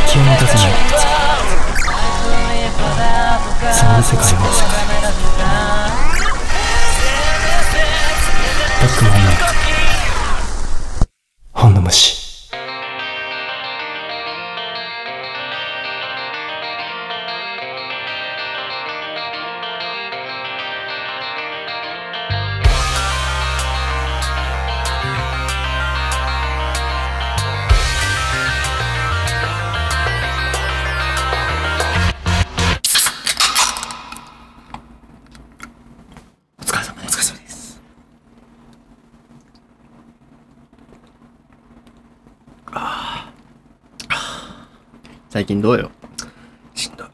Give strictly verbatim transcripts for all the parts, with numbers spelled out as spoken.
敵を持たせないそんな世界をバックマンの本の虫。 最近どうよ。 しんどい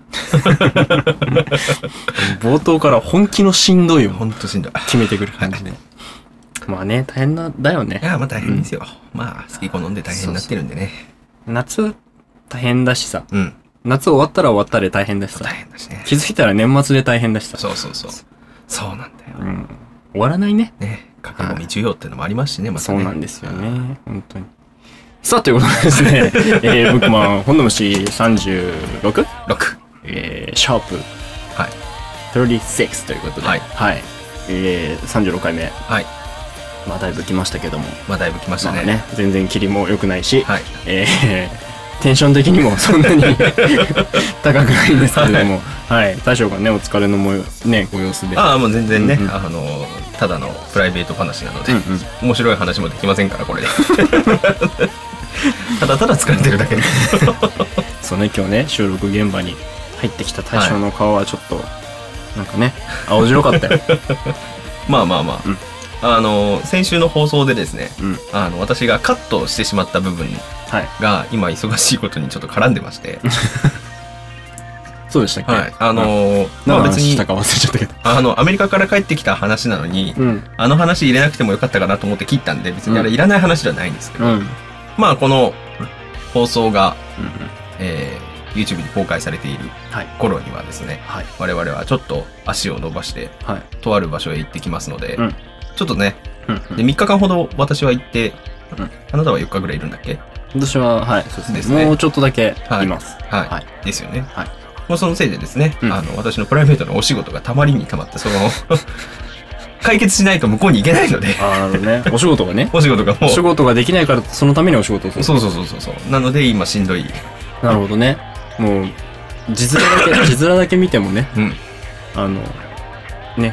冒頭から本気のしんどいをほんとしんどい決めてくる感じで、まあね、大変なだよね。 いやまあ大変ですよ、うん、まあ好き好んで大変になってるんでね。 そうそう夏大変だしさ、 うん、 夏終わったら終わったで大変だしさ、 大変だしね。 気づいたら年末で大変だしさ。 そうそうそうそうなんだよ、 うん、終わらないね。 ね、駆け込み需要ってのもありますしね、またね。 そうなんですよね、本当に。さあということでですね、えー、ブックマン本の虫 さんじゅうろく? ろく、 えー、シャープはいさんじゅうろくということで、 はい、 はい、えー、さんじゅうろっかいめ、 はい、 まあだいぶ来ましたけども、 まあだいぶ来ましたね。 まあね、全然キリも良くないし、 はい、 えー、テンション的にもそんなに高くないんですけれども、はい、はい、大将がねお疲れのもよねご様子で、 ああもう全然ね、うんうん、あのただのプライベート話なので、うんうん、面白い話もできませんからこれで。ただただ疲れてるだけで。 そうね、今日ね収録現場に入ってきた大将の顔はちょっと、はい、なんかね青白かったよ。 まあまあまあ、うん、あの先週の放送でですね、 うん、 あの私がカットしてしまった部分が今忙しいことにちょっと絡んでまして。 そうでしたっけ。 はい、あのーうん、まあ別にしたか忘れちゃったけど、 あのアメリカから帰ってきた話なのに、うん、あの話入れなくてもよかったかなと思って切ったんで、別にあれいらない話じゃないんですけど、うん、まあこの放送が、うんうん、えー、YouTube に公開されている頃にはですね、はい、我々はちょっと足を伸ばして、はい、とある場所へ行ってきますので、うん、ちょっとね、うんうん、でみっかかんほど私は行って、うん、あなたはよっかぐらいいるんだっけ。 私ははいそうですね、ですね、もうちょっとだけいます。 はい、はいはい、ですよね。はい、もうそのせいでですね、うん、あの私のプライベートのお仕事がたまりにたまって、その解決しないと向こうに行けないので。 あのね、お仕事がね、 お仕事がもうお仕事ができないからそのためにお仕事をする。 そうそうそうそうそう。なので今しんどい。 なるほどね。もう字面だけ字面だけ見てもね、うん、あのね。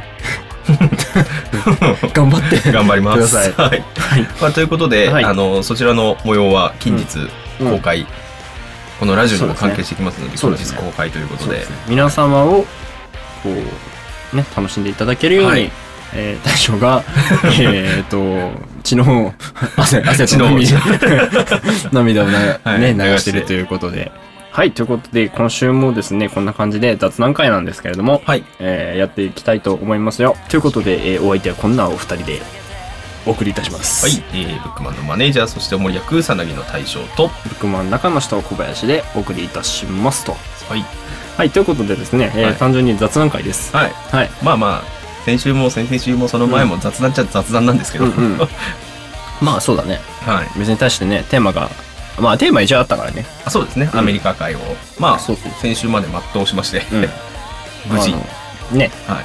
頑張って頑張ります。 ください。 はい。はい、まあということで、はい、あのそちらの模様は近日公開。うんうん、このラジオにも関係してきますので、本日公開ということで、 皆様をこうね楽しんでいただけるように、はい、えー、大将がえっと血の汗汗と涙涙をな、はい、ね流しているということで、はい、ということで今週もですねこんな感じで雑談会なんですけれども、はい、えー、やっていきたいと思いますよ。ということで、えー、お相手はこんなお二人でお送りいたします。 はい、えー、ブックマンのマネージャー、そして森役さなぎの大将とブックマン中の下小林でお送りいたしますと。はい、はい、ということでですね、えーはい、単純に雑談会です。はい、はい、 まあまあ先週も先々週もその前も雑談っちゃ雑談なんですけど、うんうんうん、 まあそうだね、はい、別に対してねテーマがまあテーマ一応あったからね。 あ、そうですね、うん、アメリカ会をまあそうそう先週まで全うしまして、うん、無事ね、はい、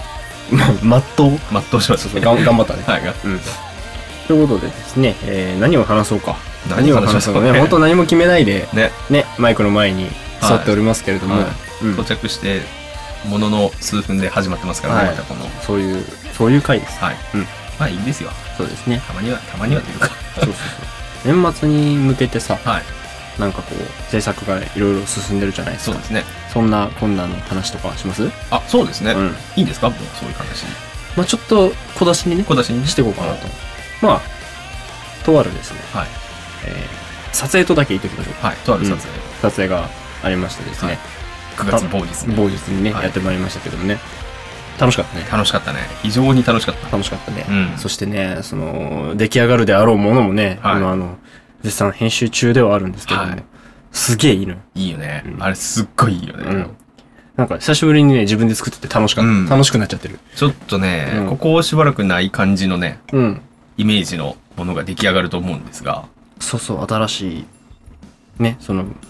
ま全う全うしましたね。 頑張ったね。はい、うん、ということでですね、えー、何を話そうか。何を話そうかね。本当何も決めないで、ね、ね、マイクの前に座っておりますけれども、はいはい、 うん、到着してものの数分で始まってますからね、はい、またこのそういうそういう回です。はい、 うん、まあいいんですよ。 そうですね。 たまにはたまにはというか、 そうそうそう。年末に向けてさ、はい、なんかこう制作がいろいろ進んでるじゃないですか。 そうですね。 そんなこんなの話とかします？ あ、そうですね。うん、いいんですか？もうそういう話。 まあちょっと小出しにね、 小出しにしていこうかなと。まあとあるですね。はい。えー、撮影とだけ言っておきましょう。 はい。とある撮影、うん、 撮影がありましてですね。はい、 くがつ某日に某日にね、はい、やってまいりましたけどもね。楽しかったね。 楽しかったね。非常に楽しかった。 楽しかったね。うん、そしてね、その出来上がるであろうものもね、はい、今あの絶賛編集中ではあるんですけども、はい、すげえいいのよ。 いいよね、うん。あれすっごいいいよね。うん、 なんか久しぶりにね自分で作ってて楽しかった、うん、楽しくなっちゃってる。 ちょっとね、うん、ここしばらくない感じのね、うん、イメージのものが出来上がると思うんですが、 そうそう、新しいね、その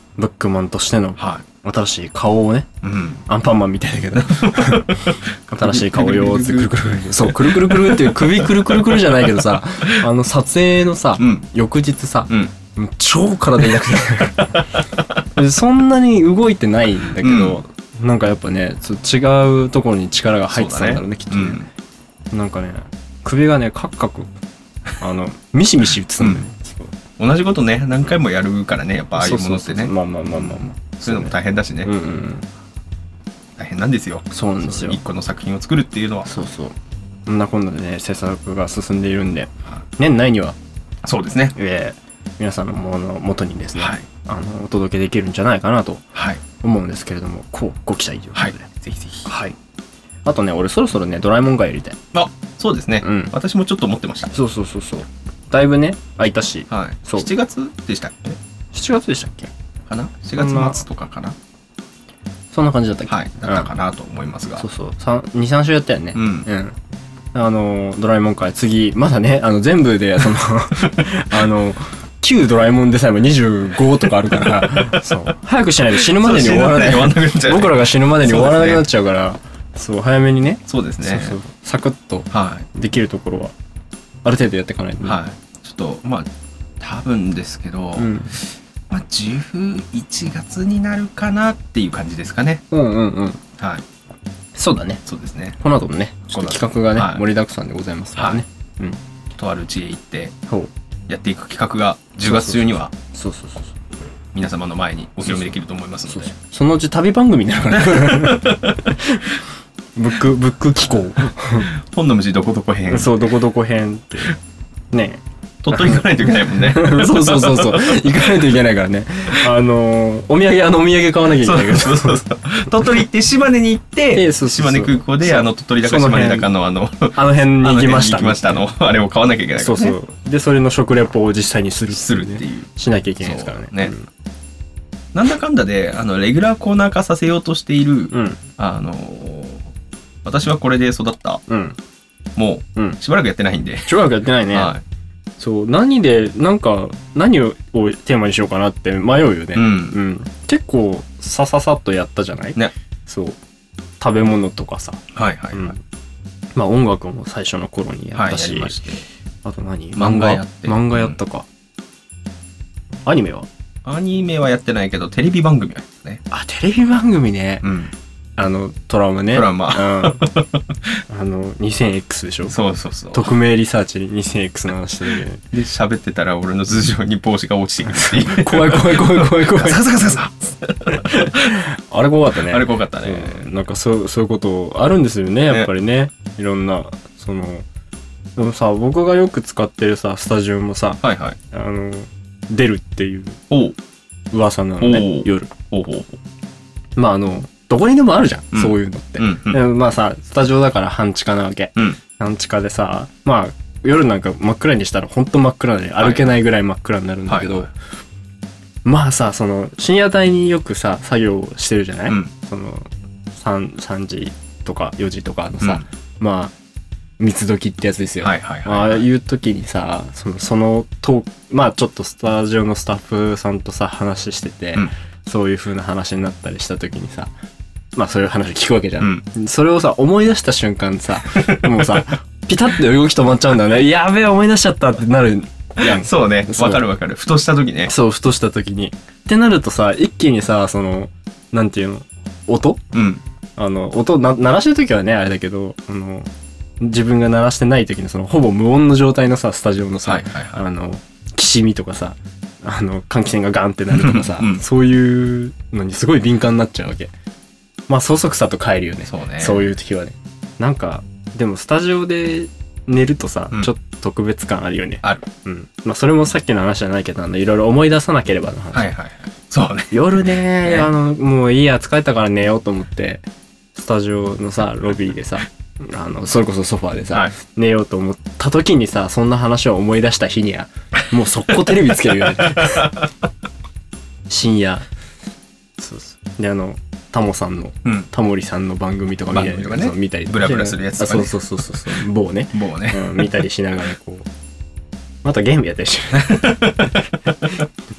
ブックマンとしての新しい顔をね、 うん、 アンパンマンみたいだけど新しい顔よーってくるくるくるそうくるくるくるっていう首くるくるくるじゃないけどさあの撮影のさ、うん、翌日さ、うん、超体痛くてそんなに動いてないんだけど、うん、なんかやっぱね違うところに力が入ってたんだろうね、きっとね、うん、なんかね首がねカクカクあのミシミシ言ってたんだよね、 うん、同じことね何回もやるからねやっぱああいうものってねまあまあまあまあまあそういうのも大変だしね、うんうん、大変なんですよ。 そうなんですよ。 一個の作品を作るっていうのは。 そうそう。こんなこんなでね制作が進んでいるんで、年内にはそうですね。 えー、皆さんのもの元にですね、はい、あのお届けできるんじゃないかなと思うんですけれども、こうご期待ということで、はい、 ぜひぜひ。 はい。あとね俺そろそろねドラえもんがやりたい。 あ、そうですね。うん。私もちょっと思ってました。 そうそうそうそう。だいぶね空いたし、 はい。そう。しちがつでしたっけ？ しちがつでしたっけ？ かなしがつ末とかかなそんな感じだったっけ。 はいだったかなと思いますが、 うん、そうそうに、さん週やったよね。うん、うん、あのドラえもん会次まだねあの全部でそのあの旧ドラえもんでさえもにじゅうごとかあるからそう早くしないと死ぬまでに終わらない僕らが死ぬまでに終わらなくなっちゃうからそう、ね、早めにねそうですねそうそうサクッとできるところはある程度やっていかないとね、 はい、ちょっとまあ多分ですけど、うんまあ、じゅういちがつになるかなっていう感じですかね。 うんうんうん。 はい。 そうだね。 そうですね。 この後もね、ちょっと企画がね、はい、盛りだくさんでございますからね。 はい、うん。とある地へ行ってやっていく企画がじゅうがつ中にはそうそうそう皆様の前にお披露目できると思いますので、そうそうそのうち旅番組になるからブックブック機構本の虫どこどこ編そうどこどこ編ってね。 鳥取行かないといけないもんねそうそうそうそう行かないといけないからねあのー、お土産あのお土産買わなきゃいけないからそうそうそう鳥取行って島根に行ってそうそうそう島根空港であの鳥取だか島根だかのあのあの辺に行きました行きましたあのあれを買わなきゃいけないからねそうそうでそれの食レポを実際にするするっていうしなきゃいけないですからねね、うん、なんだかんだであのレギュラーコーナー化させようとしている、うん、あのー、私はこれで育った、うん、もう、うん、しばらくやってないんでしばらくやってないね、はいそう何でなんか何をテーマにしようかなって迷うよね、うんうん、結構さささっとやったじゃない、ね、そう食べ物とかさはいはいはい、うん、 まあ音楽も最初の頃にやったし、 はい、 あと何漫画やって漫画やったか、うん、アニメはアニメはやってないけどテレビ番組はやったねあテレビ番組ね、うんあのトラウマねトラウマ、うん、 あの にせんエックス でしょそうそうそう匿名リサーチに にせんエックス の話してるで喋ってたら俺の頭上に帽子が落ちてくるっていう怖い怖い怖い怖い怖いサササササあれ怖かったねあれ怖かったね、 うん、なんかそうそういうことあるんですよねやっぱりねいろんなそのでもさ僕がよく使ってるさスタジオもさ、 はいはい、 あの出るっていう噂なのね夜おうおうまああのどこにでもあるじゃん、うん、そういうのって、うんうん、でもまあさスタジオだから半地下なわけ、うん、半地下でさまあ夜なんか真っ暗にしたらほんと真っ暗で歩けないぐらい真っ暗になるんだけど、はいはい、まあさその深夜帯によくさ作業してるじゃない、うん、その 3, さんじとかよじとかのさ、うん、まあ三つ時ってやつですよ、はいはいはいはい、ああいう時にさそのそのとまあちょっとスタジオのスタッフさんとさ話してて、うん、そういう風な話になったりした時にさまあそういう話聞くわけじゃん、うん、それをさ思い出した瞬間さもうさピタッて動き止まっちゃうんだよねやべえ思い出しちゃったってなるやんそうねわかるわかるふとした時ねそうふとした時にってなるとさ一気にさそのなんていうの音、うん、あの音な鳴らしてる時はねあれだけどあの自分が鳴らしてない時のそのほぼ無音の状態のさスタジオのさ、はいはいはい、あのきしみとかさあの換気扇がガンってなるとかさ、うん、そういうのにすごい敏感になっちゃうわけまあそそくさと帰るよねそうねそういう時はねなんかでもスタジオで寝るとさ、うん、ちょっと特別感あるよねある、 うんまあ、それもさっきの話じゃないけどいろいろ思い出さなければの話はいはいはいそうね夜ね、ね、あのもういいや疲れたから寝ようと思ってスタジオのさロビーでさあのそれこそソファーでさ、はい、寝ようと思った時にさそんな話を思い出した日にはもう速攻テレビつけるよね深夜そうそうであのタモさんの、うん、タモリさんの番組とか見たりとか、ね、見たりとかブラブラするやつとか、ね、 そうそうそうそう某ね某ね、 うん、見たりしながらこうまたゲームやったりして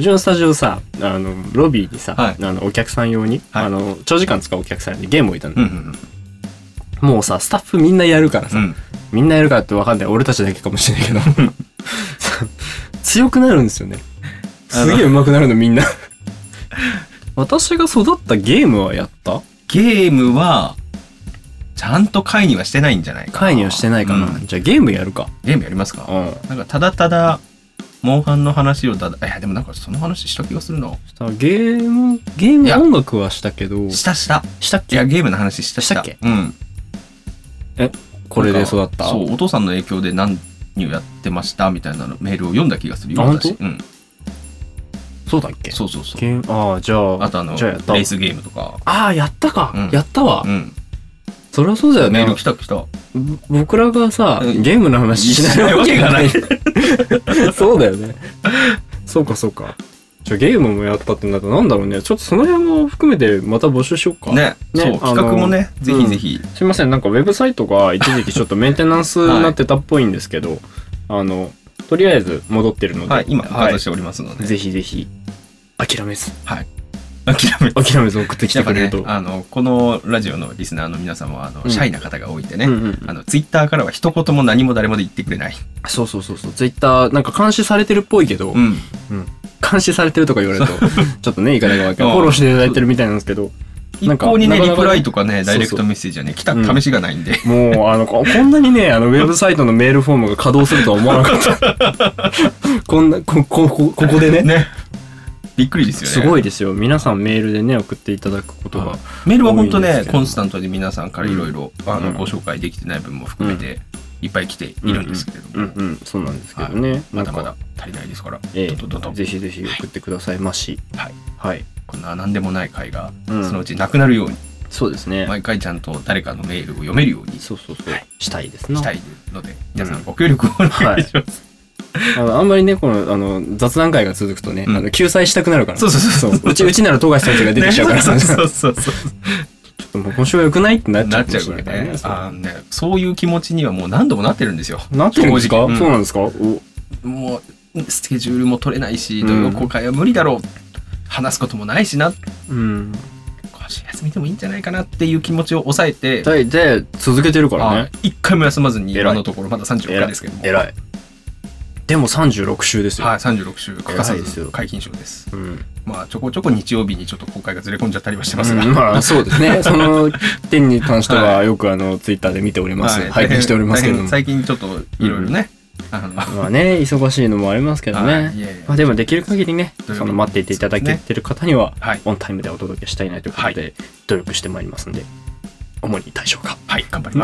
うちのスタジオさ、あのロビーにさ、 はい、 あのお客さん用に、はい、あの長時間使うお客さんにゲームを置いたんだ、うんうんうん、もうさスタッフみんなやるからさ、うん、みんなやるからって分かんない俺たちだけかもしれないけど強くなるんですよね。すげえ上手くなるのみんな私が育ったゲームはやった？ ゲームはちゃんと会にはしてないんじゃないかな。 会にはしてないかな、うん、じゃあゲームやるか。 ゲームやりますか、うん、なんかただただモンハンの話をだだいやでもなんかその話した気がするの。 ゲームゲーム音楽はしたけどしたしたしたっけ。 いやゲームの話したしたっけ。 うんえこれで育った。 そうお父さんの影響で何をやってましたみたいなのメールを読んだ気がするよ。 あ本当？ うんそうだっけ。 そうそうそう。 ゲームああじゃああとあのレースゲームとか。 ああやったか、うん、やったわ。 うんそりゃそうだよね。 メール来た来た。 僕らがさ、うん、ゲームの話しないわけがないそうだよね。そうかそうか。じゃあゲームもやったってなったらなんだろうね。ちょっとその辺も含めてまた募集しようか。 ね。ねそう企画もねぜひぜひ、 うん。すいませんなんかウェブサイトが一時期ちょっとメンテナンスになってたっぽいんですけど、はい、あのとりあえず戻ってるので、 はい、今復活しておりますので、はい、 ぜひぜひ諦めず。 はい。諦めず諦めず送ってきてくれると、 ね、あのこのラジオのリスナーの皆様はあの、うん、シャイな方が多いんでね、うんうんうん、あのツイッターからは一言も何も誰もで言ってくれない。 そうそうそうそうツイッターなんか監視されてるっぽいけど、うんうん、監視されてるとか言われるとちょっとねいいかないか分かんないフォローしていただいてるみたいなんですけど一向にねリプライとかねダイレクトメッセージはね来た試しがないんで、 うん、もうあのこんなにねあのウェブサイトのメールフォームが稼働するとは思わなかったこんなこここここでねねびっくりですよね。 すごいですよ。皆さんメールでね送っていただくことがメールは本当ねコンスタントで皆さんからいろいろご紹介できてない分も含めていっぱい来ているんですけれども、 うんうんうんうん、そうなんですけどね、はい、 まだまだ足りないですから、 えー、どどどぜひぜひ送ってくださいまし。 はい、 はい、 こんな何でもない会がそのうちなくなるように、うん、 そうですね。 毎回ちゃんと誰かのメールを読めるようにそうそうそう、 はい、 したいですね。 したいので皆さんご協力をお願いします。はいあのあんまりねこのあの雑談会が続くとね、うん、あの救済したくなるから。 そうそうそうそう。 うちうちなら富樫先生が出てきちゃうからさ、 ね。そうそうそう。ちょっともう今週は良くないってなっちゃうかもしれないからね。 あねそういう気持ちにはもう何度もなってるんですよ。 なってるんですか？うん、そうなんですか？おもうスケジュールも取れないし、土曜公開は無理だろう。話すこともないしな。うん。今週休みでもいいんじゃないかなっていう気持ちを抑えて。 でで続けてるからね。 一回も休まずに今のところまださんじゅうよっかですけども。 偉い。でもさんじゅうろく週ですよ。 はい、さんじゅうろく週欠かさず皆勤賞です。うん、まあちょこちょこ日曜日にちょっと公開がずれ込んじゃったりはしてますが、 うん、まあそうですね。その点に関してはよくあのツイッターで見ております。はい、拝見しておりますけども、 最近ちょっといろいろね、 うん、あのまあね忙しいのもありますけどね。いやいやまあでもできる限りね、その待っていていただけてる方には、ね、オンタイムでお届けしたいなということで、はい、努力してまいりますんで、主に大将がはい頑張ります。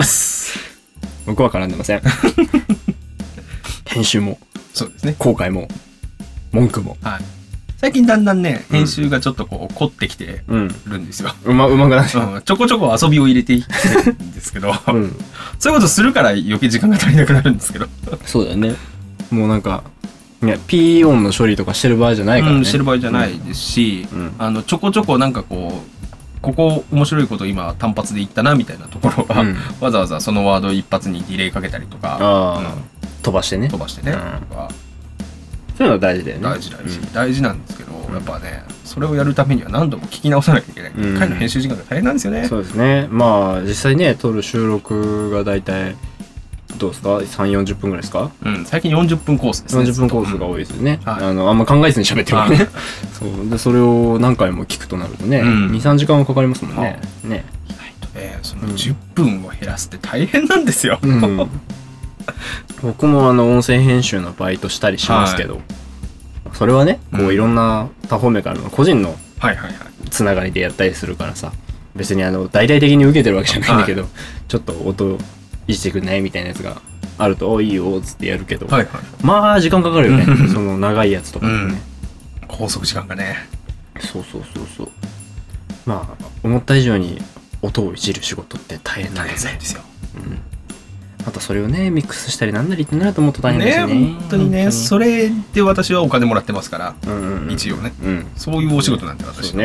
僕は絡んでません。編集も。 そうですね。 後悔も文句も、 はい、最近だんだんね編集がちょっとこう凝ってきてるんですよ。 うん、うまうまくなって、 うん、ちょこちょこ遊びを入れていくんですけど、うん、そういうことするから余計時間が足りなくなるんですけど。 そうだよね。もうなんかね ピーオン の処理とかしてる場合じゃないからね。 うん、してる場合じゃないですし、うん、あのちょこちょこなんかこうここ面白いこと今単発で言ったなみたいなところは、うん、わざわざそのワード一発にディレイかけたりとか。 あ飛ばしてね飛ばしてね、うん、とかそういうのは大事だよね。 大事大事、うん、大事なんですけど、うん、やっぱねそれをやるためには何度も聞き直さなきゃいけない、うん、いっかいの編集時間が大変なんですよね。 そうですね。まあ実際ね撮る収録が大体どうですか さんじゅう、よんじゅっぷんぐらいですか。 うん、最近よんじゅっぷんコースですね。 よんじゅっぷんコースが多いですよね、うんはい、あのあんま考えずに喋ってるからね。そうでそれを何回も聞くとなるとね、うん、にさんじかんはかかりますもんね。ね意外とねそのじゅっぷんを減らすって大変なんですよ。うん僕もあの音声編集のバイトしたりしますけど、はい、それはねこういろんな多方面からの個人のつながりでやったりするからさ、別にあの大々的に受けてるわけじゃないんだけど、はい、ちょっと音いじってくんないみたいなやつがあると「おいいよ」っつってやるけど、はいはい、まあ時間かかるよね。その長いやつとかね、うん、 拘束時間がね。 そうそうそうそう。まあ思った以上に音をいじる仕事って大変なんですよ。うんまたそれをねミックスしたりなんなりってなるともっと大変ですよね。 ね本当にねそれで私はお金もらってますから、うんうんうん、一応ね、うん、そういうお仕事なんで私ね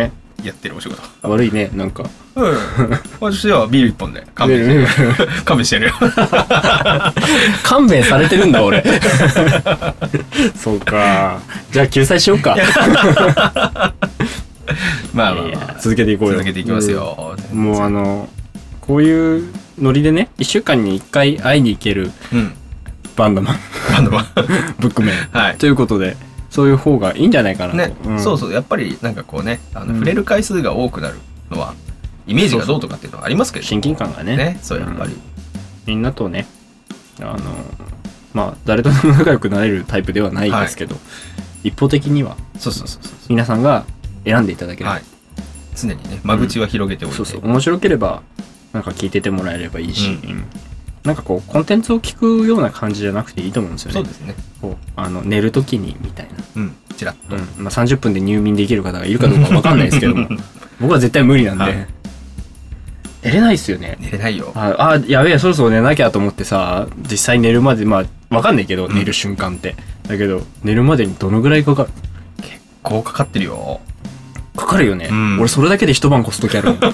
やってるお仕事。 悪いね、なんか。 うん。私はビール一本で勘弁してる。勘弁してるよ。 勘弁されてるんだ、俺。そうか。じゃあ救済しようか。 まあまあ、まあ、 続けていこうよ。 続けていきますよ。 うん、もうあの、こういうノリでね、いっしゅうかんにいっかい会いに行ける、うん、バンドマン。 バンドマン。 ブックメン。はい。ということで、そういう方がいいんじゃないかなと。 ね、うん、そうそう、やっぱりなんかこうね、あの、うん、触れる回数が多くなるのは、イメージがどうとかっていうのはありますけど、 親近感がね。 ね、そうやっぱり、うん。 みんなとね、あの、まあ、誰とでも仲良くなれるタイプではないですけど、はい、一方的には、 そうそうそうそう。 皆さんが選んでいただければ。はい、 常にね、間口は広げておいて、 うん。そうそう、面白ければ、なんか聞いててもらえればいいし、うん、なんかこうコンテンツを聞くような感じじゃなくていいと思うんですよね。 そうですね。 こうあの寝るときにみたいな。 うん。ちらっと。 うん。まあさんじゅっぷんで入眠できる方がいるかどうかわかんないですけども、僕は絶対無理なんで、はい、寝れないっすよね。 寝れないよ。 ああ、やべえ、そろそろ寝なきゃと思ってさ、実際寝るまで、まあわかんないけど、うん、寝る瞬間って。だけど寝るまでにどのぐらいかかる？ 結構かかってるよ。 かかるよね。うん、俺それだけで一晩越すときあるもん。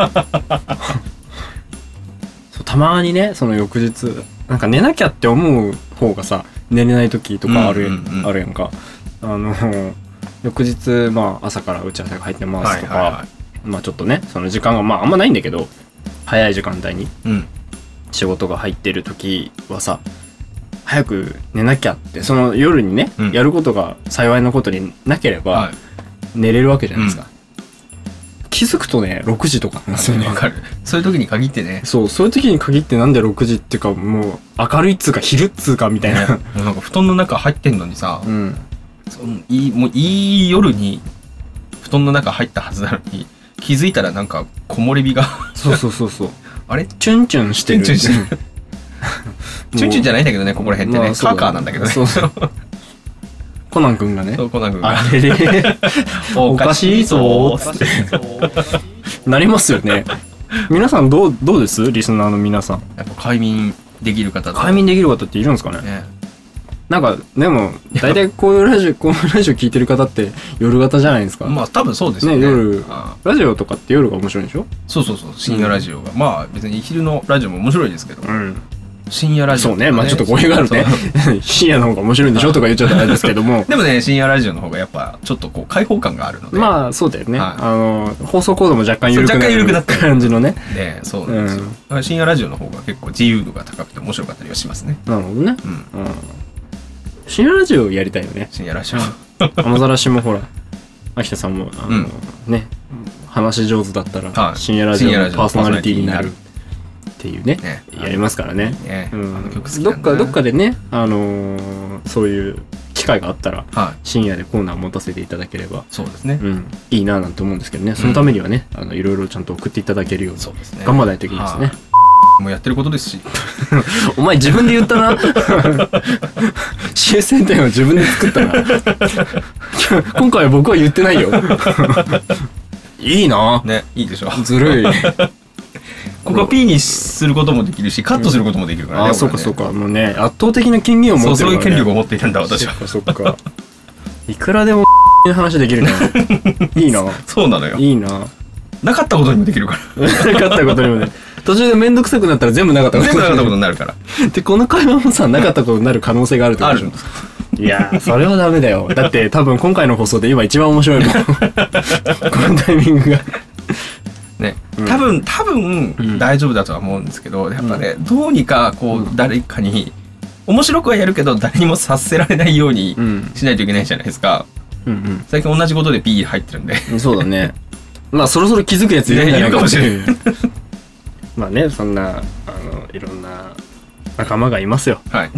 たまにね、その翌日なんか寝なきゃって思う方がさ、寝れない時とかある、うんうんうん、あるやんか。あの翌日まあ朝から打ち合わせが入ってますとか、はいはいはい、まあちょっとねその時間がまああんまないんだけど、早い時間帯に仕事が入ってる時はさ、早く寝なきゃって、その夜にね、うん、やることが幸いなことになければ、はい、寝れるわけじゃないですか。うん、気づくとねろくじとかなんですよね。 わかる。そういう時に限ってね。 そう、そういう時に限ってなんでろくじっていうか、もう明るいっつうか昼っつうかみたいな。 もうなんか布団の中入ってんのにさ、うん、そのいいもういい夜に布団の中入ったはずなのに、気づいたらなんか木漏れ日がそうそうそうそう。 あれチュンチュンしてる。 チュンチュンしてる。チュンチュンじゃないんだけどね、ここら辺ってね、まあ、カーカーなんだけどね。そうそうコナン君がね。 そう、コナン君が。 あれれおかしいぞーって。なりますよね。皆さんどう、どうですリスナーの皆さん。 やっぱ快眠できる方快眠できる方っているんですかね。ね、なんか、でも、大体こういうラジオ、このラジオ聞いてる方って夜型じゃないですか。 まあ多分そうですよね。 ね、夜、ラジオとかって夜が面白いんでしょ。 そうそうそう、深夜ラジオが。うん、まあ別に昼のラジオも面白いですけど。うん。深夜ラジオ、 ね、そうね、まあちょっと語弊があるね。深夜の方が面白いんでしょとか言っちゃったらあれですけども。 でもね、深夜ラジオの方がやっぱちょっとこう開放感があるので。 まあそうだよね。はい、あの放送コードも若干緩くなる。 若干緩くなった感じのね。 ね、そうなんですよ。うん、深夜ラジオの方が結構自由度が高くて面白かったりはしますね。 なるほどね。うん。うん、深夜ラジオやりたいよね。 深夜ラジオ。 雨ざらしもほら、秋田さんもあの、うん、ね、話上手だったら、はい、深夜ラジオのパーソナリティになる。っていうね、ねやりますからね。ね、うん、あの曲好きなんだな。どっかどっかでね、あのー、そういう機会があったら、はい、深夜でコーナー持たせていただければ、 そうですね。 うん、いいななんて思うんですけどね。そのためにはね、うん、あのいろいろちゃんと送っていただけるように、そうですね、頑張らないといけないですね。はい、もうやってることですし。 お前自分で言ったな。修正点は自分で作ったな。今回は僕は言ってないよ。いいな。 ね、いいでしょ。 ずるい。 ここは P にすることもできるし、カットすることもできるからね。 ああ、そうかそうか。もうね、圧倒的な権限を持ってるからね。そう、そういう権力を持っているんだ、私は。 そっかそっか。いくらでも話できるね。いいな。 そうなのよ。 いいな。 なかったことにもできるから。 なかったことにもね。途中でめんどくさくなったら全部なかったことになる。 全部なかったことになるから。 で、この会話もさ、なかったことになる可能性があるってことでしょ。あるんですか。いやー、それはダメだよ。だって多分今回の放送で今一番面白いもん。このタイミングが。 ね、多分多分大丈夫だとは思うんですけど、やっぱね、どうにかこう誰かに面白くはやるけど誰にも察せられないようにしないといけないじゃないですか。うんうん、最近同じことで P 入ってるんで。 そうだね。まあそろそろ気づくやついるんじゃないかもしれない。まあね、そんなあのいろんな仲間がいますよ。はい。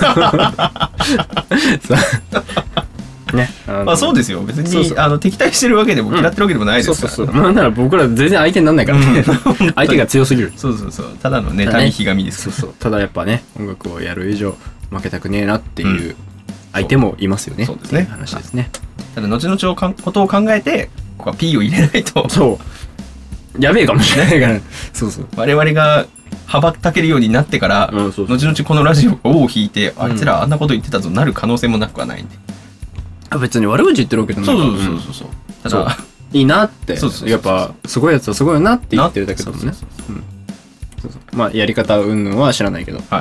ね、あまあそうですよ。別にそうそうあの敵対してるわけでも嫌ってるわけでもないですから。 そうそうそう。なんなら僕ら全然相手にならないからね。相手が強すぎる。 そうそうそう。ただの妬みひがみです。 そうそう。ただやっぱね、音楽をやる以上負けたくねえなっていう相手もいますよね。そうですね。話ですね。 ただ後々のことを考えて、ここは P を入れないと。 そう。やべえかもしれないから。そうそう。 我々が羽ばたけるようになってから、後々このラジオが尾を引いて、あいつらあんなこと言ってたぞなる可能性もなくはないんで。 別に悪口言ってるわけじゃないから。 そうそうそうそう。ただいいなって、 そうそうそうそうやっぱすごいやつはすごいよなって言ってるだけだもんね。まあやり方云々は知らないけど。 はい。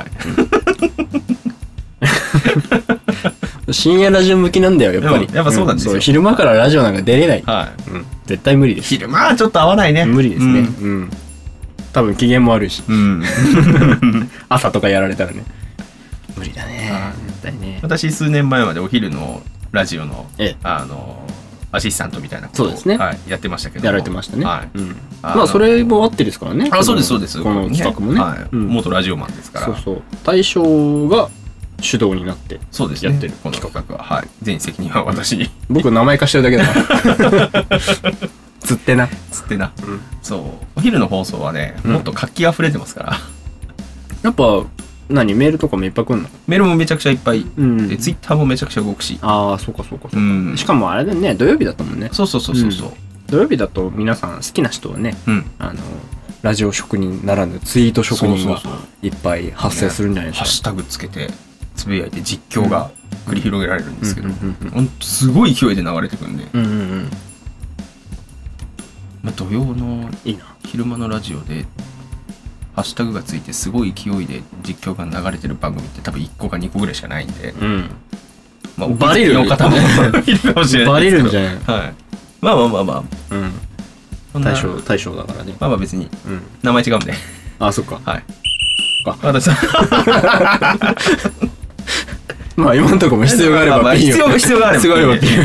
深夜ラジオ向きなんだよやっぱり。 やっぱそうなんですよ、 うん、昼間からラジオなんか出れない。 はい。 うん、絶対無理です。 昼間はちょっと合わないね。 無理ですね。うん。うん、多分機嫌も悪いし。うん。朝とかやられたらね。無理だね。絶対ね。 私数年前までお昼のラジオのあのアシスタントみたいなことを、 そうですね、 はい、やってましたけど。 やられてましたね。 はい。 うん、まあそれもあってですからね。 あ、そうですそうです。 この企画もね。 はい。元ラジオマンですから。 そうそう。大将が主導になってそうですね、やってるこの企画は、はい、全責任は私に。 僕名前貸してるだけだからつってなつってな、うん、そうお昼の放送はね、もっと活気あふれてますから、 やっぱ何メールとかもいっぱい来るの？ メールもめちゃくちゃいっぱい、うん、でツイッターもめちゃくちゃ動くし。 ああそうかそうかそうか、うん、しかもあれだね、土曜日だったもんね。 そうそうそうそうそう、うん、 土曜日だと皆さん好きな人はね、うん、あのラジオ職人ならぬツイート職人がいっぱい発生するんじゃないですか。 ハッシュタグつけてつぶやいて実況が繰り広げられるんですけど、ほんとすごい勢いで流れてくるんで、うんうんうん、まあ、土曜の昼間のラジオでハッシュタグがついてすごい勢いで実況が流れてる番組って多分いっこかにこぐらいしかないんで、うん、まあ、 バレる方もいるかもしれないですけど、 バレるんじゃない、 はい、まあまあまあまあ、 うん、大将大将だからね。 まあまあ別に、うん、名前違うんで。 あ、そっか。 はい。 か私まあ今のところも必要があれば、 まあ、必要必要があれば必要があればって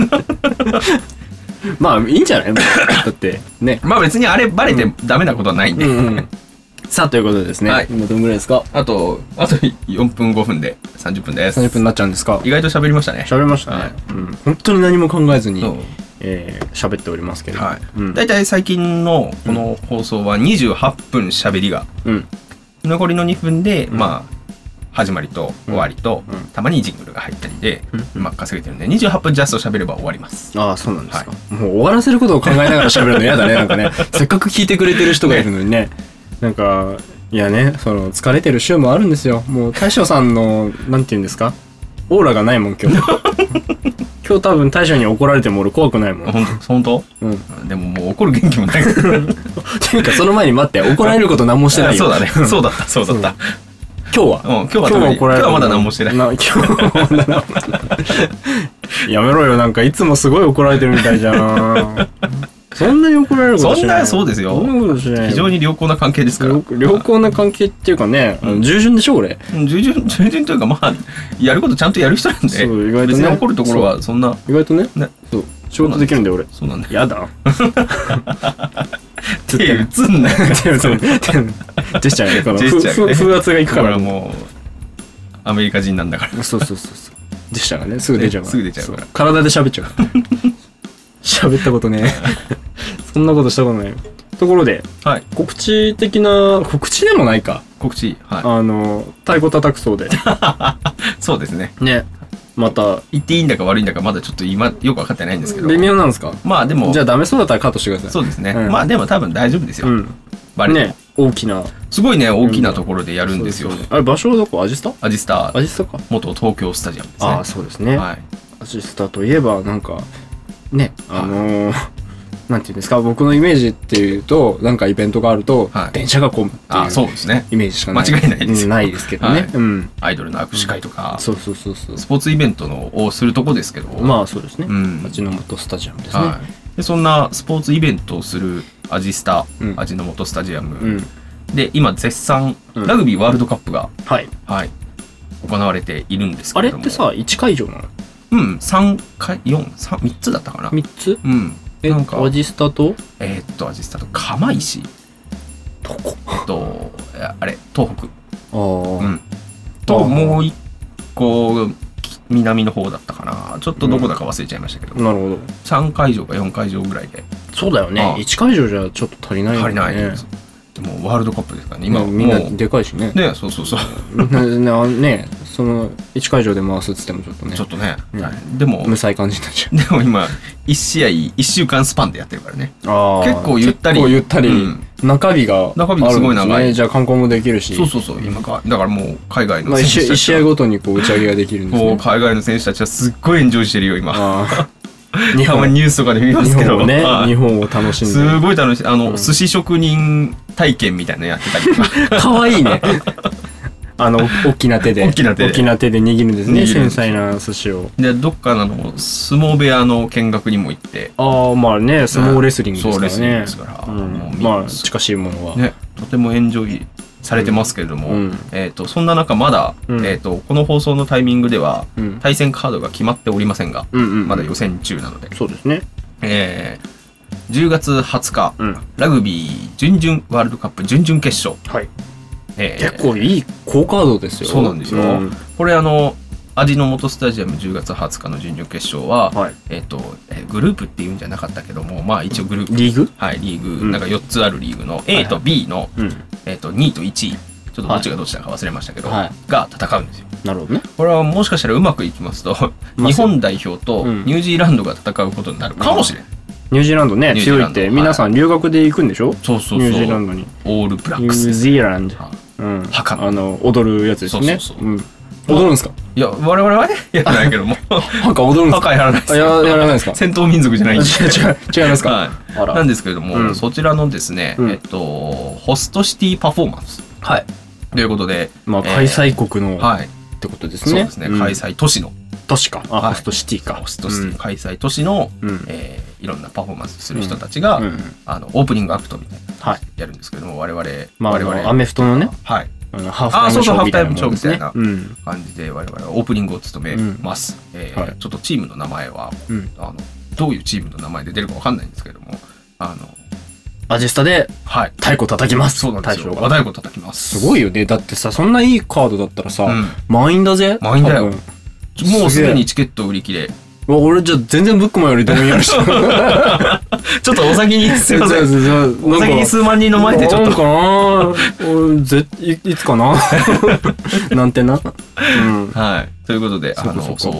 いうまあいいんじゃないだってね。 まあ別にあれバレてダメなことはないんで、うんうんうん、 さあということでですね、はい、今どんぐらいですか？ あとあとよんぷんごふんでさんじゅっぷんです。 さんじゅっぷんになっちゃうんですか？ 意外と喋りましたね。 喋りましたね、はい、うん、本当に何も考えずにえー、喋っておりますけど、はい、うん、だいたい最近のこの放送はにじゅうはっぷん喋りが、うん、残りのにふんで、うん、まあ始まりと終わりと、うん、たまにジングルが入ったりで、うん、まあ稼げてるんでにじゅうはっぷんジャスト喋れば終わります。ああそうなんですか、はい、もう終わらせることを考えながら喋るの嫌だねなんかねせっかく聞いてくれてる人がいるのにね、なんかいやね、その疲れてる週もあるんですよ。もう大将さんのなんて言うんですか、オーラがないもん今日今日多分大将に怒られても俺怖くないもん。ほんと？うん。でももう怒る元気もないっていうかその前に待って、怒られること何もしてないよ。そうだね、そうだったそうだった今日は、うん、今日は今日は怒られる。今日はまだ何もしてない。な今日はまだ何もやめろよ、なんかいつもすごい怒られてるみたいじゃんそんなに怒られることしない。そんな、そうですよ。そんなことしない。非常に良好な関係ですから。良好な関係っていうかね、うん、従順でしょ俺。従順、従順というかまあやることちゃんとやる人なんで。そう、意外とね。別に怒るところはそんな。意外とね。ね。そう。仕事できるんで俺。そうなんだ。やだ。手映んなよ。手映んなよ。ジェスチャーね。この風圧がいくから。これはもうアメリカ人なんだから。そうそうそうそう。ジェスチャーがね、すぐ出ちゃうから。すぐ出ちゃうから。体で喋っちゃう。喋ったことねそんなことしたことない。ところで、はい、告知的な告知でもないか。告知、はい、あの太鼓叩くそうでそうですね。ね、また言っていいんだか悪いんだかまだちょっと今よく分かってないんですけど。微妙なんですか？まあでもじゃあダメそうだったらカットしてください。そうですね、うん、まあでも多分大丈夫ですよ、うん、バレてもね。大きなすごいね、大きなところでやるんですよ、うん、ね、あれ場所はどこ？アジスタ？アジスタアジスタか。元東京スタジアムですね。ああそうですね、はい、アジスタといえばなんかね、あのー、なんていうんですか、僕のイメージっていうと、なんかイベントがあると、はい、電車が混むっていう、あ、そうですね、イメージしかない。間違いないですよ。ないですけどね、はい、うん。アイドルの握手会とか、うん、そうそうそうそう。スポーツイベントのをするとこですけど、まあそうですね。うん、味の素スタジアムですね、はい。でそんなスポーツイベントをするアジスタ、うん、味の素スタジアム、うん、で今絶賛ラグビーワールドカップが、うん、はい、はい、行われているんですけれども、あれってさいち会場なの？うん、さんかい、よん、さん、みっつだったかな。みっつ？うん。え、なんかアジスタとえー、っと、アジスタと釜石。どこ？と、あれ、東北。ああ。うん。と、もう一個、南の方だったかな。ちょっとどこだか忘れちゃいましたけど。うん、なるほど。さん会場かよん会場ぐらいで。そうだよね。いち会場じゃちょっと足りないよね。足りないです。でもワールドカップですからね。今みんなでかいしね。ね、そうそうそう。ね、ね、そのいち会場で回すっつってもちょっとね。ちょっとね。でも無彩感じになっちゃう。でも今いち試合いっしゅうかんスパンでやってるからね。ああ。結構ゆったり。結構ゆったり。中日が中日すごい長い。じゃあ観光もできるし。そうそうそう。今かだからもう海外の選手たち。いち試合ごとにこう打ち上げができるんですね。こう海外の選手たちはすっごいエンジョイしてるよ今。 日本ニュースとかで見ますけど日本をね、はい、日本を楽しんで。 すごい楽しい。あの、うん、寿司職人体験みたいなのやってたりとか。 かわいいね。あの、大きな手で。 大きな手で。 大きな手で握るんですね。繊細な寿司を。 で、どっかの相撲部屋の見学にも行って。 ああ、まあね、相撲レスリングですからね。そう、レスリングですから。 うん、まあ、近しいものは。 ね、とてもエンジョイされてますけれども、うん、えっと、そんな中まだ、うん、えっと、この放送のタイミングでは、うん、対戦カードが決まっておりませんが、うんうん、まだ予選中なので。 そうですね。 えー、じゅうがつはつか、うん、ラグビー準々ワールドカップ準々決勝。 はい。えー、結構いい好カードですよ。 そうなんですよ。うん、これあの味の素スタジアムじゅうがつはつかの準々決勝は、はい、えっ、ー、と、えー、グループっていうんじゃなかったけども、まあ一応グループリーグはいリーグ、うん、なんかよっつあるリーグの A と B の、はいはい、えっ、ー、とにいといちい、ちょっとどっちがどっちだか忘れましたけど、はい、が戦うんですよ。 なるほどね。 これはもしかしたらうまくいきますと、日本代表とニュージーランドが戦うことになるかもしれない。 ニュージーランドね、強いって皆さん留学で行くんでしょ？ そうそうそう。 ニュージーランドに。 オールブラックス。 ニュージーランド。うん。 墓あの踊るやつですね。 そうそうそう。うん。 踊るんですか？ いや我々はねやらないけども。 墓踊るんですか？ 墓やらないです。 ややらないですか？ 戦闘民族じゃないんで。 違う違いますか？ はい。なんですけれども、そちらのですね、えっとホストシティパフォーマンス。 はい。 ということで、 まあ開催国のはいってことですね。 そうですね。開催都市の。 都市か。あ、ホストシティか。 ホストシティ開催都市の、えー、いろんなパフォーマンスする人たちが、あのオープニングアクトみたいなのやるんですけども、我々、 まあ、 我々 アメフトのね、 はい、 ハーフタイムショーみたいな感じで我々はオープニングを務めます。えー、ちょっとチームの名前は、あのどういうチームの名前で出るかわかんないんですけども、あのアジスタで太鼓叩きます。 そうなんですよ。和太鼓叩きます。 すごいよね。だってさ、そんないいカードだったらさ、満員だぜ。 満員だよ。もうすでにチケット売り切れ。 俺じゃ全然ブックマンよりどんやるし。ちょっとお先にすいません。お先に数万人の前でちょっと。 なんかな俺ぜい、いつかななんてな。 うん。はい。ということで、あの、そう。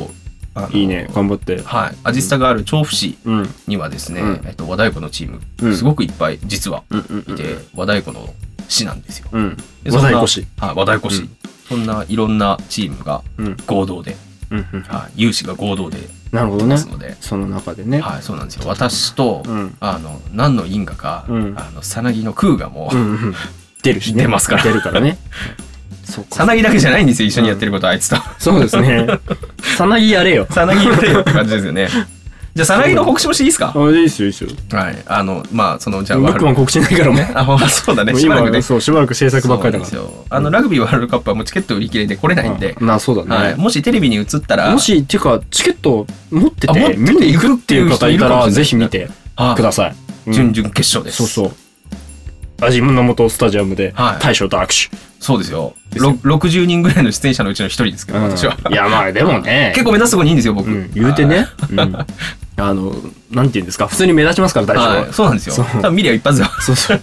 いいね、頑張って。 はい。アジスタがある調布市にはですね、えっと、和太鼓のチーム、すごくいっぱい実はいて、和太鼓の市なんですよ。 和太鼓市。 はい、和太鼓市。そんないろんなチームが合同で、はい、有志が合同でなるほどね。その中でね。 はい、そうなんですよ。私と、あの何の因果か、あのさなぎのクーガも出るし出ますから。 出るからね。 さなぎだけじゃないんですよ、一緒にやってること、あいつと。 そうですね。さなぎやれよ。 さなぎやれよって感じですよね。じゃあ、さなぎの告知もしていいですか？ あ、いいですよ、いいですよ。 はい。あの、まあ、その、じゃあ、 ブックマン告知ないからもう。 あ、そうだね。しばらくね。 そう、しばらく制作ばっかりだから。 そうですよ。あの、ラグビーワールドカップはもうチケット売り切れで来れないんで。 まあ、そうだね。 はい。もしテレビに映ったら。 もし、っていうか、チケット持ってて、見に行くっていう方いたら、ぜひ見てください。 準々決勝です。 そうそう。味の素スタジアムで大将と握手。 そうですよ。ろくじゅうにんぐらいの出演者のうちの一人ですけど、私は。 いや、まあでもね。 結構目立つとこにいいんですよ、僕。 言うてね。あの、なんて言うんですか、普通に目立ちますから、大将は。 そうなんですよ。多分見りゃ一発よ。 そうそう。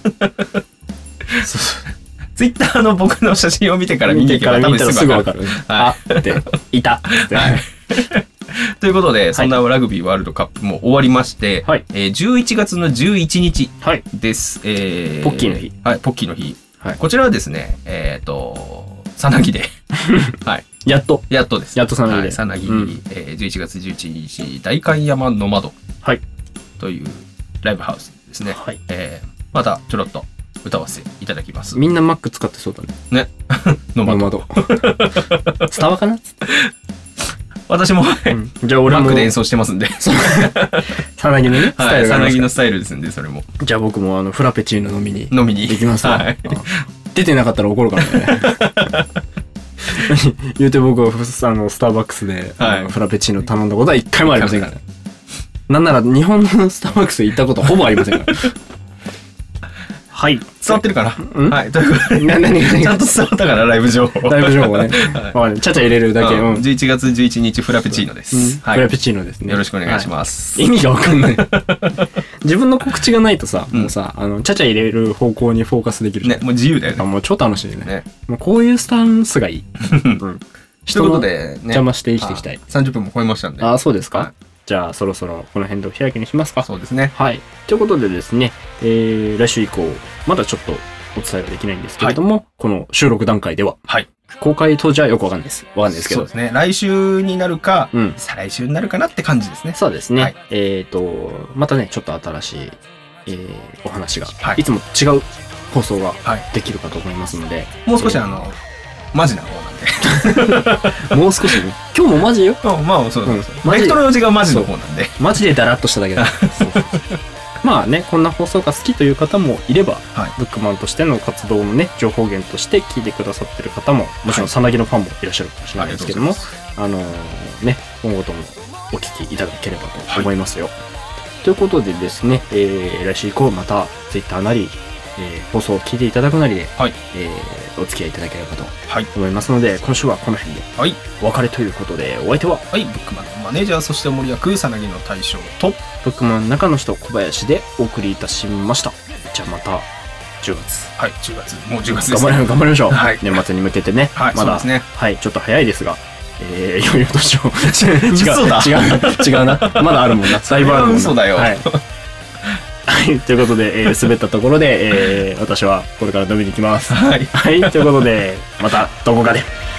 ツイッターの僕の写真を見てから見ていけば多分すぐわかる。 あって、いた。 ということで、そんなラグビーワールドカップも終わりまして、はい、えー、じゅういちがつのじゅういちにちです。はい、えー、ポッキーの日。 はい、ポッキーの日。はい、こちらはですね、えっ、ー、と、さなぎで、はい。 やっと。 やっとです。 やっとさなぎで。 さなぎ、えー、じゅういちがつじゅういちにち、代官山の窓。 はい。 というライブハウスですね。 はい。 えー、またちょろっと歌わせていただきます。 みんな Mac 使ってそうだね。 ね。の窓。 の窓。伝わかな私も、うん、じゃあ俺も Mac で演奏してますんで。 さなぎのね、スタイルがあります。さなぎのスタイルですんで、それも。 じゃあ僕もあのフラペチーノ飲みに。 飲みに。 行きますわ。はい。出てなかったら怒るからね。言うて僕はあのスターバックスで、はい、フラペチーノ頼んだことは一回もありませんから。なんなら日本のスターバックス行ったことはほぼありませんから。はい。伝わってるかな、うん、はい。ということで、 な何ちゃんと伝わったから、ライブ情報。 ライブ情報ね。はい。ちゃちゃ入れるだけ。 うん、じゅういちがつじゅういちにち、フラペチーノです。うんはい、フラペチーノですね。 よろしくお願いします。 はい、意味がわかんない。自分の告知がないとさ、もうさ、あの、ちゃちゃ入れる方向にフォーカスできる。 ね、もう自由だよね。 もう超楽しいね。ねもうこういうスタンスがいい。うん。 ということで、ね、 邪魔して生きていきたい。 さんじゅっぷんも超えましたんで。 ああ、そうですか。はい、じゃあそろそろこの辺でお開きにしますか。 そうですね。 はい。ということでですね、えー、来週以降、まだちょっとお伝えはできないんですけれども、はい、この収録段階では、 はい、 公開当時はよくわかんないです。わかんないですけど。 そうですね。来週になるか、うん、再来週になるかなって感じですね。 そうですね。はい、えっ、ー、と、またね、ちょっと新しい、えー、お話が、はい、いつも違う放送ができるかと思いますので。はい、 もう少し、えー、あの、マジな方なんで。もう少し、ね、今日もマジよ。 あまあ、そうそうそう。ベクトルの字がマジの方なんで。 マジでダラッとしただけだ。そうそうまあね、こんな放送が好きという方もいれば、はい、ブックマンとしての活動のね、情報源として聞いてくださってる方も、もちろんさなぎのファンもいらっしゃるかもしれないですけども、はい、あ, あのー、ね、今後ともお聞きいただければと思いますよ。はい、ということでですね、えー、来週以降また Twitter なり、えー、放送を聞いていただくなりで、はい、えー、お付き合いいただければと思いますので、はい、今週はこの辺でお別れということで、お相手は、 はい、ブックマンのマネージャー、そして森役、さなぎの大将と、 ブックマン中の人小林でお送りいたしました。じゃあまたじゅうがつ。 はい、じゅうがつ。もうじゅうがつです、 ね。頑張り頑張りましょう。はい、年末に向けてね。 はい、 まだ、 ね、 はい、ちょっと早いですが、えー、いよいよ年を。 違うだ。 違う、違うな。まだあるもんな。だいぶあるもんな。 嘘だよ。 はい。はい、ということで、えー、滑ったところで、えー、私はこれから飲みに行きます。はい。はい、ということで、またどこかで。